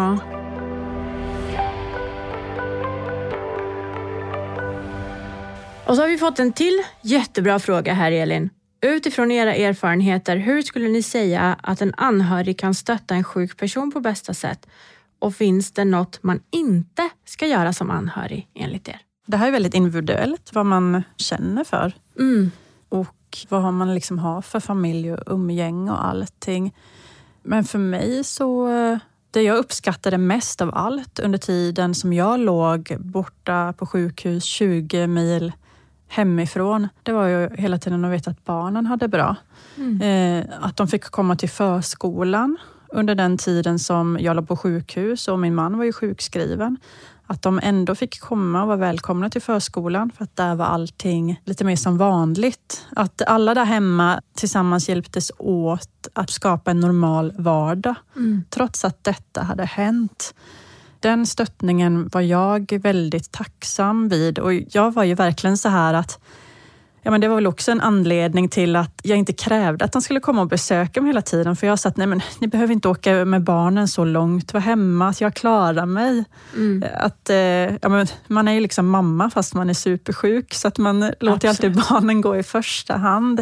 Och så har vi fått en till jättebra fråga här, Elin. Utifrån era erfarenheter, hur skulle ni säga att en anhörig kan stötta en sjuk person på bästa sätt? Och finns det något man inte ska göra som anhörig enligt er? Det här är väldigt individuellt, vad man känner för. Och vad man liksom har för familj och umgäng och allting. Men för mig så, det jag uppskattade mest av allt under tiden som jag låg borta på sjukhus 20 mil hemifrån, det var ju hela tiden att veta att barnen hade bra. Att de fick komma till förskolan under den tiden som jag låg på sjukhus och min man var ju sjukskriven. Att de ändå fick komma och vara välkomna till förskolan för att där var allting lite mer som vanligt. Att alla där hemma tillsammans hjälptes åt att skapa en normal vardag. Trots att detta hade hänt. Den stöttningen var jag väldigt tacksam vid och jag var ju verkligen så här att men det var väl också en anledning till att jag inte krävde att de skulle komma och besöka mig hela tiden. För jag sa att nej men ni behöver inte åka med barnen så långt. Var hemma, att jag klarar mig. Att, man är ju liksom mamma fast man är supersjuk. Så att man låter alltid barnen gå i första hand.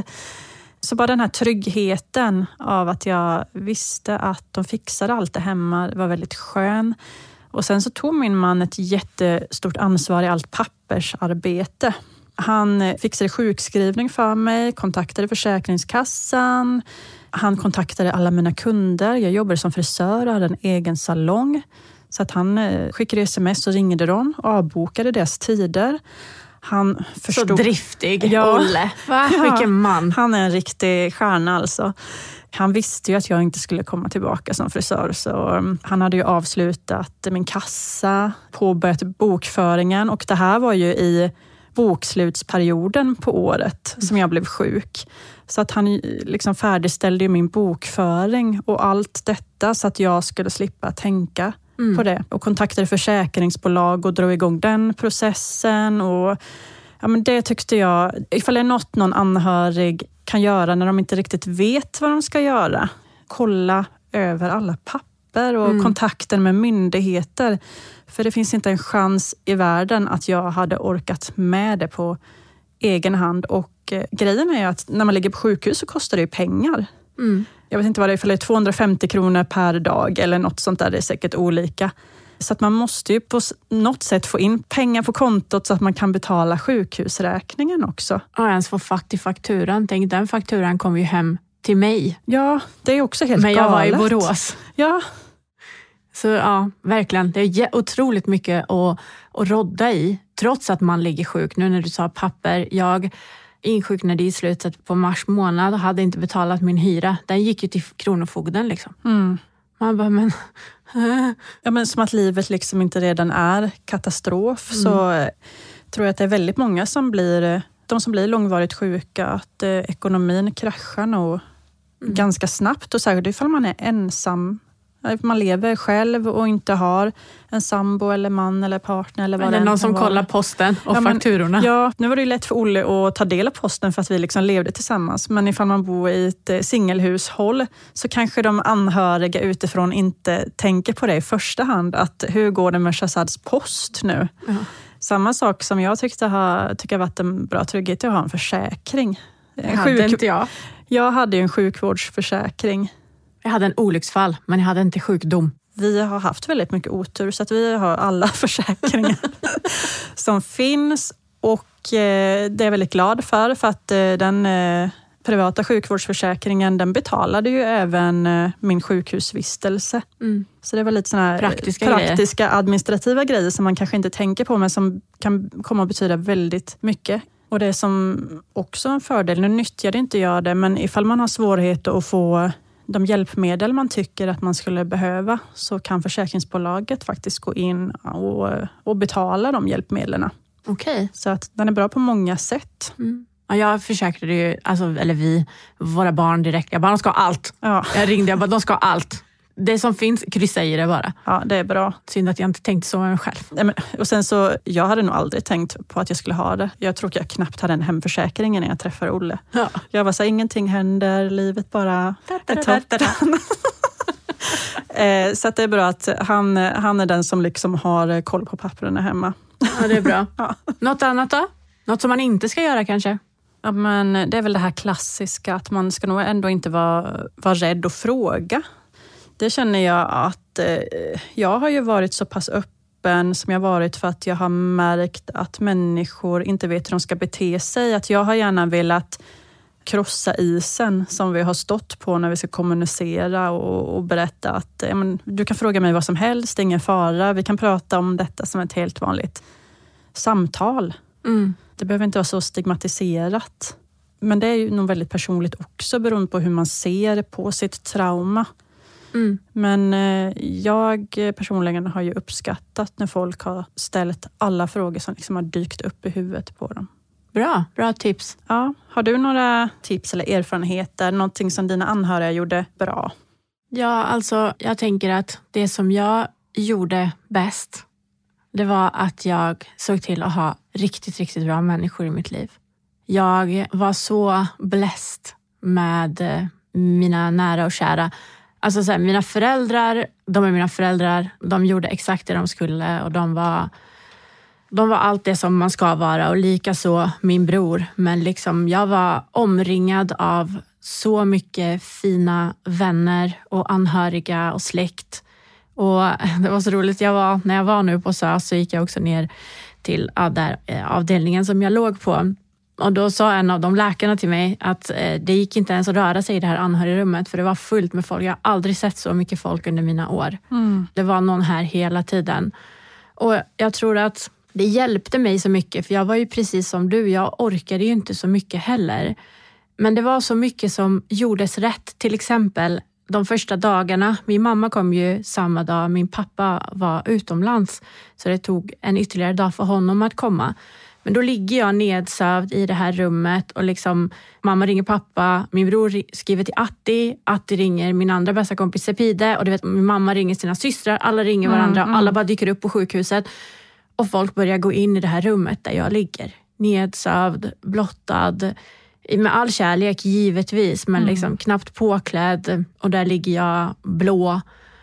Så bara den här tryggheten av att jag visste att de fixade allt det hemma var väldigt skön. Och sen så tog min man ett jättestort ansvar i allt pappersarbete. Han fixade sjukskrivning för mig, kontaktade Försäkringskassan. Han kontaktade alla mina kunder. Jag jobbade som frisör och hade en egen salong. Så att han skickade sms och ringde dem och avbokade deras tider. Han förstod... Så driftig, Olle. Va? Vilken man. Han är en riktig stjärna alltså. Han visste ju att jag inte skulle komma tillbaka som frisör. Så han hade ju avslutat min kassa, påbörjat bokföringen. Och det här var ju i bokslutsperioden på året som jag blev sjuk. Så att han liksom färdigställde ju min bokföring och allt detta så att jag skulle slippa tänka på det. Och kontaktade försäkringsbolag och drog igång den processen. Och men det tyckte jag, ifall det är något någon anhörig kan göra när de inte riktigt vet vad de ska göra. Kolla över alla papper och kontakten med myndigheter. För det finns inte en chans i världen att jag hade orkat med det på egen hand. Och grejen är ju att när man ligger på sjukhus så kostar det ju pengar. Jag vet inte vad det är, för det är 250 kronor per dag eller något sånt där. Det är säkert olika. Så att man måste ju på något sätt få in pengar på kontot så att man kan betala sjukhusräkningen också. Ja, ens få fatt i fakturan. Tänk, den fakturan kom ju hem till mig. Ja, det är också helt galet. Men jag var i Borås. Ja. Så ja, verkligen. Det är otroligt mycket att rodda i. Trots att man ligger sjuk. Nu när du sa papper. Jag insjuknade i slutet på mars månad och hade inte betalat min hyra. Den gick ju till Kronofogden liksom. Man bara, men... Ja, men som att livet liksom inte redan är katastrof. Så tror jag att det är väldigt många som blir... De som blir långvarigt sjuka. Att ekonomin kraschar nog ganska snabbt. Och särskilt ifall man är ensam. Man lever själv och inte har en sambo eller man eller partner eller vad det är. Någon som kollar posten och fakturorna. Ja, nu var det ju lätt för Olle att ta del av posten för att vi liksom levde tillsammans. Men ifall man bor i ett singelhushåll så kanske de anhöriga utifrån inte tänker på det i första hand. Att hur går det med Shazads post nu? Samma sak som jag tycker har varit en bra trygghet att ha en försäkring. Hade inte jag. Jag hade ju en sjukvårdsförsäkring. Jag hade en olycksfall, men jag hade inte sjukdom. Vi har haft väldigt mycket otur så att vi har alla försäkringar som finns. Och det är jag väldigt glad för att den privata sjukvårdsförsäkringen den betalade ju även min sjukhusvistelse. Så det var lite såna här praktiska administrativa grejer som man kanske inte tänker på men som kan komma att betyda väldigt mycket. Och det är som också en fördel, nu nyttjade inte jag det men ifall man har svårighet att få de hjälpmedel man tycker att man skulle behöva så kan försäkringsbolaget faktiskt gå in och betala de hjälpmedlen. Okej. Så att den är bra på många sätt. Ja, jag försäkrade ju, våra barn direkt. Jag bara, de ska ha allt. Ja. Jag ringde, jag bara, de ska ha allt. Det som finns, kryssa i det bara. Ja, det är bra. Synd att jag inte tänkte så med själv. Nej, men, och sen så, jag hade nog aldrig tänkt på att jag skulle ha det. Jag tror att jag knappt hade en hemförsäkring när jag träffade Olle. Ja. Jag var så här, ingenting händer, livet bara är toppen. Så att det är bra att han är den som liksom har koll på papperna hemma. Ja, det är bra. Ja. Något annat då? Något som man inte ska göra kanske? Ja, men det är väl det här klassiska att man ska nog ändå inte vara rädd att fråga. Det känner jag att jag har ju varit så pass öppen som jag varit för att jag har märkt att människor inte vet hur de ska bete sig. Att jag har gärna velat krossa isen som vi har stått på när vi ska kommunicera och berätta att du kan fråga mig vad som helst, det är ingen fara. Vi kan prata om detta som ett helt vanligt samtal. Det behöver inte vara så stigmatiserat. Men det är ju nog väldigt personligt också beroende på hur man ser på sitt trauma. Men jag personligen har ju uppskattat när folk har ställt alla frågor som liksom har dykt upp i huvudet på dem. Bra tips. Ja, har du några tips eller erfarenheter? Någonting som dina anhöriga gjorde bra? Ja, alltså jag tänker att det som jag gjorde bäst, det var att jag såg till att ha riktigt, riktigt bra människor i mitt liv. Jag var så blessed med mina nära och kära. Alltså så här, mina föräldrar, de är mina föräldrar. De gjorde exakt det de skulle och de var allt det som man ska vara. Och lika så min bror. Men liksom jag var omringad av så mycket fina vänner och anhöriga och släkt. Och det var så roligt. När jag var nu på SÖS så gick jag också ner till avdelningen som jag låg på. Och då sa en av de läkarna till mig att det gick inte ens att röra sig i det här anhörigrummet för det var fullt med folk. Jag har aldrig sett så mycket folk under mina år. Det var någon här hela tiden. Och jag tror att det hjälpte mig så mycket för jag var ju precis som du. Jag orkade ju inte så mycket heller. Men det var så mycket som gjordes rätt. Till exempel de första dagarna. Min mamma kom ju samma dag. Min pappa var utomlands. Så det tog en ytterligare dag för honom att komma. Men då ligger jag nedsövd i det här rummet och liksom mamma ringer pappa, min bror skriver till Atti ringer min andra bästa kompis Sepide och du vet min mamma ringer sina systrar, alla ringer varandra, alla bara dyker upp på sjukhuset och folk börjar gå in i det här rummet där jag ligger. Nedsövd, blottad, med all kärlek givetvis men liksom knappt påklädd och där ligger jag blå.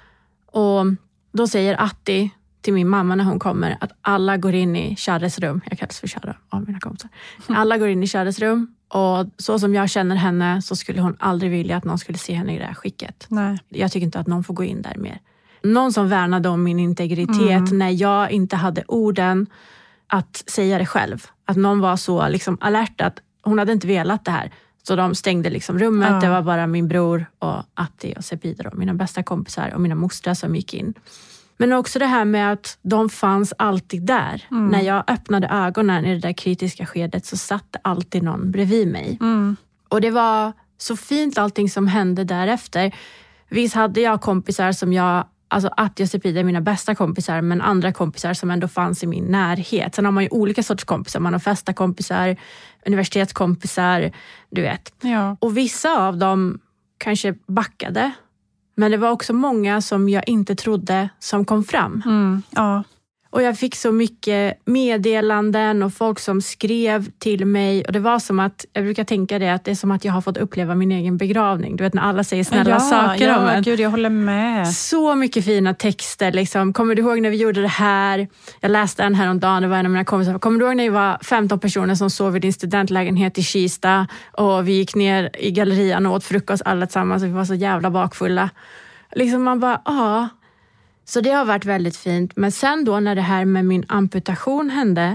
Och då säger Atti till min mamma när hon kommer att alla går in i Charles rum. Jag kallas för Charles av mina kompisar. Alla går in i Charles rum och så som jag känner henne så skulle hon aldrig vilja att någon skulle se henne i det här skicket. Nej. Jag tycker inte att någon får gå in där mer. Någon som värnade om min integritet när jag inte hade orden att säga det själv. Att någon var så liksom alert att hon hade inte velat det här. Så de stängde liksom rummet. Det var bara min bror och Atti och Sepide och mina bästa kompisar och mina mostrar som gick in. Men också det här med att de fanns alltid där. När jag öppnade ögonen i det där kritiska skedet så satt alltid någon bredvid mig. Och det var så fint allting som hände därefter. Visst hade jag kompisar som alltså Atti och Sepide är mina bästa kompisar men andra kompisar som ändå fanns i min närhet. Sen har man ju olika sorts kompisar. Man har festa kompisar, universitetskompisar, du vet. Ja. Och vissa av dem kanske backade. Men det var också många som jag inte trodde som kom fram. Ja. Och jag fick så mycket meddelanden och folk som skrev till mig. Och det var som att, jag brukar tänka det, att det är som att jag har fått uppleva min egen begravning. Du vet när alla säger snälla saker om en. Gud, jag håller med. Så mycket fina texter liksom. Kommer du ihåg när vi gjorde det här? Jag läste en häromdagen, det var en av mina kompisar. Kommer du ihåg när vi var 15 personer som sov i din studentlägenhet i Kista? Och vi gick ner i gallerian och åt frukost alla tillsammans. Och vi var så jävla bakfulla. Liksom man bara, Så det har varit väldigt fint. Men sen då när det här med min amputation hände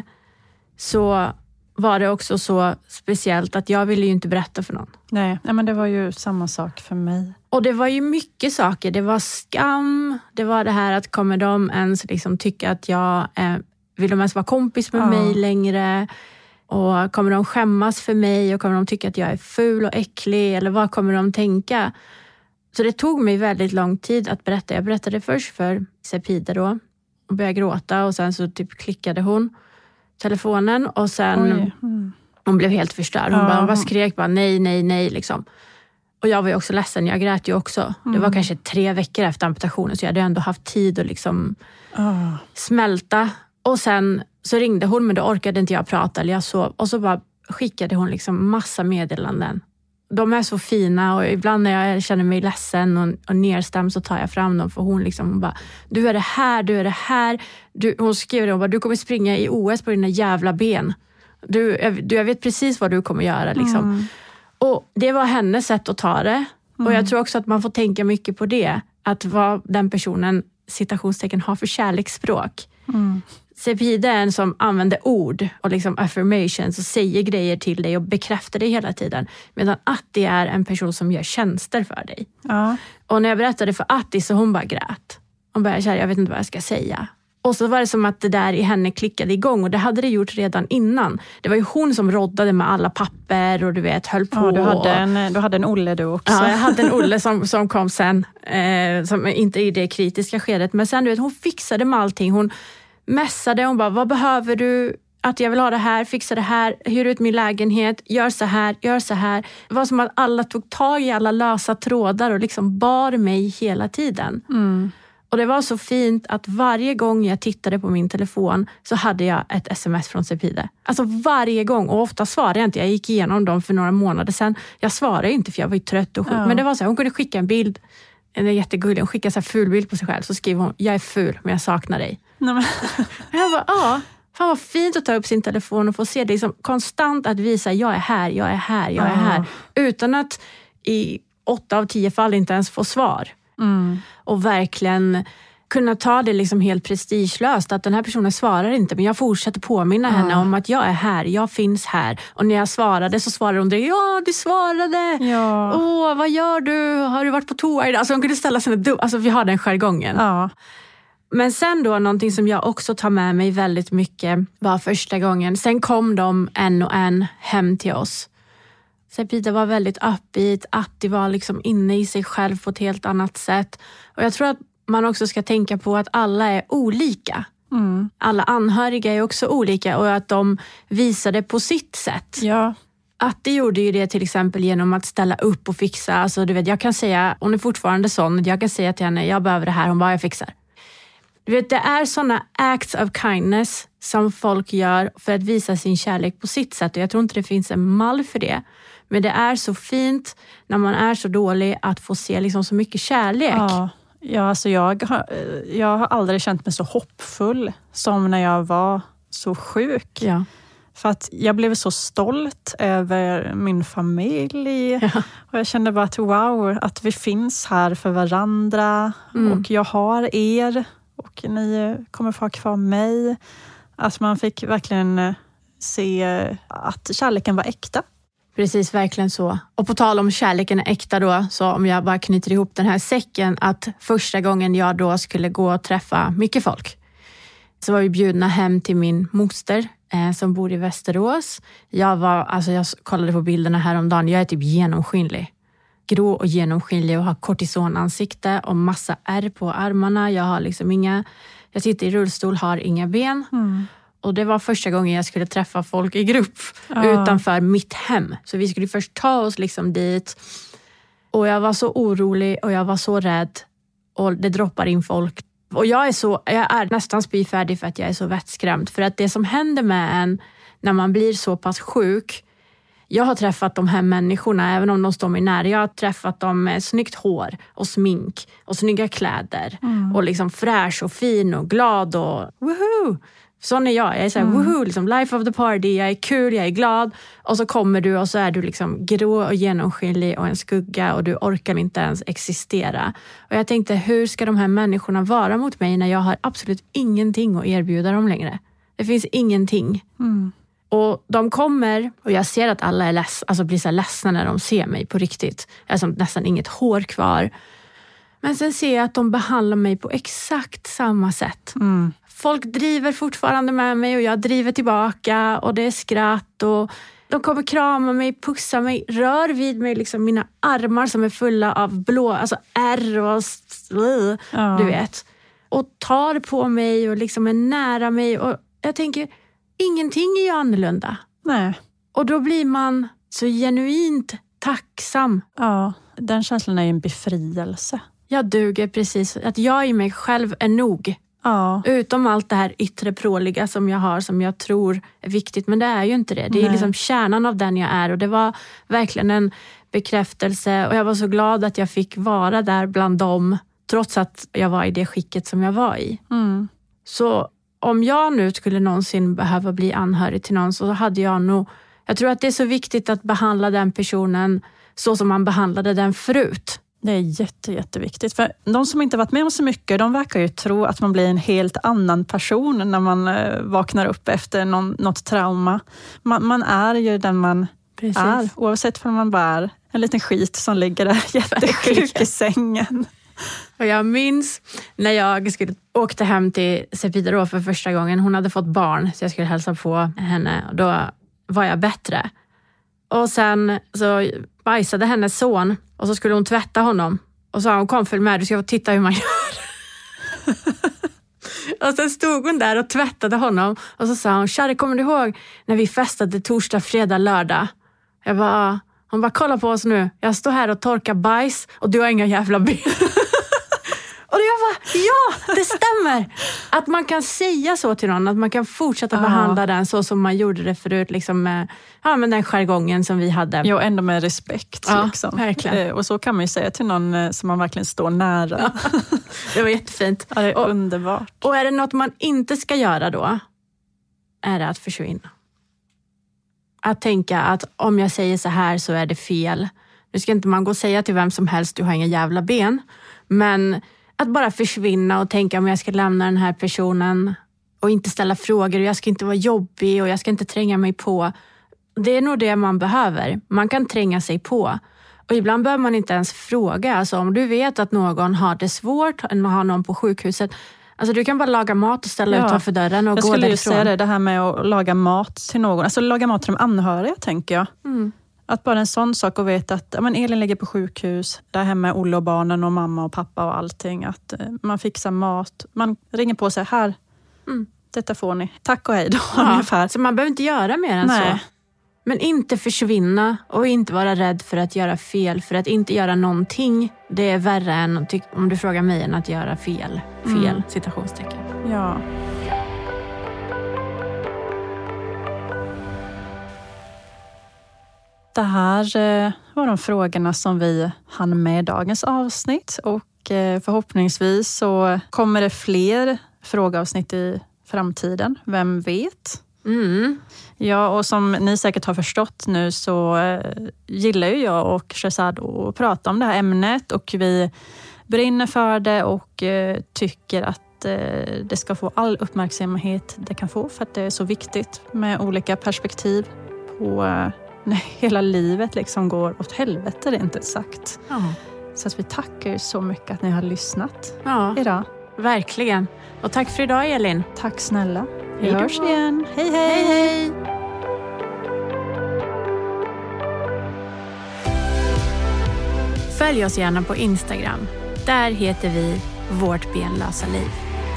så var det också så speciellt att jag ville ju inte berätta för någon. Nej, men det var ju samma sak för mig. Och det var ju mycket saker. Det var skam. Det var det här att kommer de ens liksom tycka att vill de ens vara kompis med mig längre? Och kommer de skämmas för mig? Och kommer de tycka att jag är ful och äcklig? Eller vad kommer de tänka? Så det tog mig väldigt lång tid att berätta. Jag berättade först för Sepide då. Och började gråta och sen så typ klickade hon telefonen. Och sen hon blev helt förstörd. Hon bara skrek bara nej liksom. Och jag var ju också ledsen. Jag grät ju också. Det var kanske 3 veckor efter amputationen. Så jag hade ändå haft tid att liksom smälta. Och sen så ringde hon men då orkade inte jag prata. Eller jag sov. Och så bara skickade hon liksom massa meddelanden. De är så fina och ibland när jag känner mig ledsen och nedstämd så tar jag fram dem för hon bara, du är det här. Hon skrev det, du kommer springa i OS på dina jävla ben. Jag vet precis vad du kommer göra liksom. Och det var hennes sätt att ta det. Och jag tror också att man får tänka mycket på det. Att vad den personen, citationstecken, har för kärleksspråk. Sepide är en som använder ord och liksom affirmations och säger grejer till dig och bekräftar dig hela tiden. Medan Atti är en person som gör tjänster för dig. Och när jag berättade för Atti så hon bara grät. Hon bara, jag vet inte vad jag ska säga. Och så var det som att det där i henne klickade igång. Och det hade det gjort redan innan. Det var ju hon som roddade med alla papper och du vet, höll på. Ja, du hade en Olle du också. Ja, jag hade en Olle som kom sen. Som inte i det kritiska skedet. Men sen du vet, hon fixade med allting. Hon mässade, hon bara, vad behöver du? Att jag vill ha det här, fixa det här, hyr ut min lägenhet, gör så här, gör så här. Det var som att alla tog tag i alla lösa trådar och liksom bar mig hela tiden. Mm. Och det var så fint att varje gång jag tittade på min telefon så hade jag ett sms från Sepide. Alltså varje gång, och ofta svarade jag inte. Jag gick igenom dem för några månader sedan. Jag svarade inte för jag var ju trött och sjuk. Ja. Men det var så här, hon kunde skicka en bild, en jättegullig, hon skickade så här ful bild på sig själv. Så skriver hon, jag är ful men jag saknar dig. Nej, men. Jag bara, ja. Fan vad fint att ta upp sin telefon och få se det liksom konstant att visa jag är här, jag är här, jag är här. Utan att i 8 av 10 fall inte ens få svar. Mm. Och verkligen kunna ta det liksom helt prestigelöst. Att den här personen svarar inte, men jag fortsätter påminna henne om att jag är här, jag finns här. Och när jag svarade så svarade hon det, ja du svarade. Ja. Åh, vad gör du? Har du varit på toa idag? Alltså hon kunde ställa sina alltså vi har den jargongen. Ja. Men sen då, någonting som jag också tar med mig väldigt mycket var första gången. Sen kom de en och en hem till oss. Sepide var väldigt upbeat, Atti var liksom inne i sig själv på ett helt annat sätt. Och jag tror att man också ska tänka på att alla är olika. Mm. Alla anhöriga är också olika och att de visade på sitt sätt. Ja. Atti gjorde ju det till exempel genom att ställa upp och fixa. Alltså du vet, jag kan säga, hon är fortfarande sån, jag kan säga till henne, jag behöver det här, hon bara, jag fixar. Du vet, det är såna acts of kindness som folk gör för att visa sin kärlek på sitt sätt. Och jag tror inte det finns en mall för det. Men det är så fint när man är så dålig att få se liksom så mycket kärlek. Ja, alltså jag har aldrig känt mig så hoppfull som när jag var så sjuk. Ja. För att jag blev så stolt över min familj. Ja. Och jag kände bara att wow, att vi finns här för varandra. Och jag har er. Och ni kommer få ha kvar mig. Att man fick verkligen se att kärleken var äkta. Precis, verkligen så. Och på tal om kärleken är äkta då, så om jag bara knyter ihop den här säcken, att första gången jag då skulle gå och träffa mycket folk så var vi bjudna hem till min moster som bor i Västerås. Jag kollade på bilderna häromdagen, jag är typ genomskinlig. Grå och genomskinlig och har kortisonansikte och massa ärr på armarna. Jag har liksom jag sitter i rullstol, har inga ben. Och det var första gången jag skulle träffa folk i grupp utanför mitt hem. Så vi skulle först ta oss liksom dit. Och jag var så orolig och jag var så rädd. Och det droppar in folk. Och jag är nästan spyfärdig för att jag är så vettskrämd. För att det som händer med en när man blir så pass sjuk. Jag har träffat de här människorna även om de står mig nära. Jag har träffat dem med snyggt hår och smink och snygga kläder. Och liksom fräsch och fin och glad och woohoo! Sån är jag. Jag är så här, woohoo, liksom life of the party. Jag är kul, jag är glad. Och så kommer du och så är du liksom grå och genomskinlig och en skugga och du orkar inte ens existera. Och jag tänkte, hur ska de här människorna vara mot mig när jag har absolut ingenting att erbjuda dem längre? Det finns ingenting. Och de kommer och jag ser att alla är blir så ledsna när de ser mig på riktigt. Jag har som nästan inget hår kvar. Men sen ser jag att de behandlar mig på exakt samma sätt. Folk driver fortfarande med mig och jag driver tillbaka och det är skratt och de kommer krama mig, pussa mig, rör vid mig liksom mina armar som är fulla av ärr och du vet. Och tar på mig och liksom är nära mig och jag tänker, ingenting är ju annorlunda. Nej. Och då blir man så genuint tacksam. Ja, den känslan är ju en befrielse. Jag duger precis. Att jag i mig själv är nog. Ja. Utom allt det här yttre pråliga som jag har, som jag tror är viktigt. Men det är ju inte det. Det är liksom kärnan av den jag är. Och det var verkligen en bekräftelse. Och jag var så glad att jag fick vara där bland dem. Trots att jag var i det skicket som jag var i. Så om jag nu skulle någonsin behöva bli anhörig till någon, så hade jag nog... Jag tror att det är så viktigt att behandla den personen så som man behandlade den förut. Det är jätteviktigt. För de som inte varit med om så mycket, de verkar ju tro att man blir en helt annan person när man vaknar upp efter något trauma. Man är ju den man är, oavsett om man bara är en liten skit som ligger där jättesjuk i sängen. Och jag minns när jag åkte hem till Sepidaro för första gången. Hon hade fått barn så jag skulle hälsa på henne. Och då var jag bättre. Och sen så bajsade hennes son. Och så skulle hon tvätta honom. Och så hon kom följ med, du ska få titta hur man gör. Och sen stod hon där och tvättade honom. Och så sa hon, Shari, kommer du ihåg när vi festade torsdag, fredag, lördag? Hon bara, kolla på oss nu. Jag står här och torkar bajs och du har inga jävla ben. Och jag bara, ja, det stämmer. Att man kan säga så till någon. Att man kan fortsätta behandla den så som man gjorde det förut. Liksom med den jargongen som vi hade. Jo, ändå med respekt. Ja, liksom. verkligen. Och så kan man ju säga till någon som man verkligen står nära. Ja, det var jättefint. Ja, det är underbart. Och är det något man inte ska göra då, är det att försvinna. Att tänka att om jag säger så här så är det fel. Nu ska inte man gå och säga till vem som helst, du har inga jävla ben. Men att bara försvinna och tänka om jag ska lämna den här personen och inte ställa frågor och jag ska inte vara jobbig och jag ska inte tränga mig på. Det är nog det man behöver. Man kan tränga sig på. Och ibland behöver man inte ens fråga. Alltså om du vet att någon har det svårt, har någon på sjukhuset. Alltså du kan bara laga mat och ställa utanför dörren och gå därifrån. Jag skulle ju säga det här med att laga mat till någon. Alltså laga mat till de anhöriga, tänker jag. Mm. Att bara en sån sak och veta att Elin ligger på sjukhus. Där hemma är Olle och barnen och mamma och pappa och allting. Att man fixar mat. Man ringer på sig här. Detta får ni. Tack och hej då. Ungefär. Så man behöver inte göra mer än så. Men inte försvinna och inte vara rädd för att göra fel. För att inte göra någonting, det är värre än, om du frågar mig, än att göra fel. Citationstecken. Ja. Det här var de frågorna som vi hann med i dagens avsnitt. Och förhoppningsvis så kommer det fler frågeavsnitt i framtiden. Vem vet? Mm. Ja, och som ni säkert har förstått nu så gillar ju jag och Shehzad att prata om det här ämnet. Och vi brinner för det och tycker att det ska få all uppmärksamhet det kan få. För att det är så viktigt med olika perspektiv på när hela livet liksom går åt helvete, det är inte sagt. Ja. Så att vi tackar ju så mycket att ni har lyssnat idag. Verkligen. Och tack för idag, Elin. Tack snälla. Vi hörs igen. Hej, hej. Hej, hej. Följ oss gärna på Instagram. Där heter vi Vårt benlösa liv.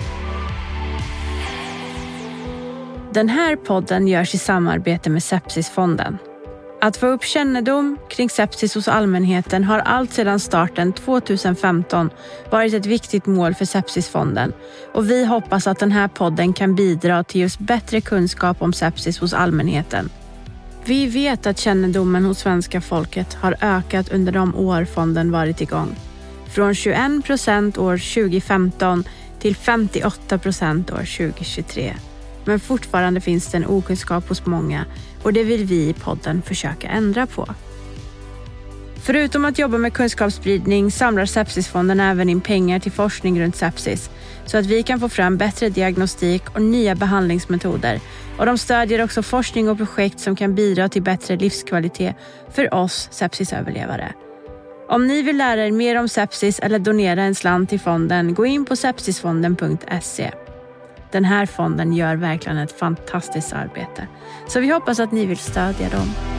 Den här podden görs i samarbete med Sepsisfonden. Att få upp kännedom kring sepsis hos allmänheten har allt sedan starten 2015 varit ett viktigt mål för Sepsisfonden. Och vi hoppas att den här podden kan bidra till just bättre kunskap om sepsis hos allmänheten. Vi vet att kännedomen hos svenska folket har ökat under de år fonden varit igång. Från 21% år 2015 till 58% år 2023. Men fortfarande finns det en okunskap hos många och det vill vi i podden försöka ändra på. Förutom att jobba med kunskapsspridning samlar Sepsisfonden även in pengar till forskning runt sepsis så att vi kan få fram bättre diagnostik och nya behandlingsmetoder. Och de stödjer också forskning och projekt som kan bidra till bättre livskvalitet för oss sepsisöverlevare. Om ni vill lära er mer om sepsis eller donera en slant till fonden, gå in på sepsisfonden.se. Den här fonden gör verkligen ett fantastiskt arbete. Så vi hoppas att ni vill stödja dem.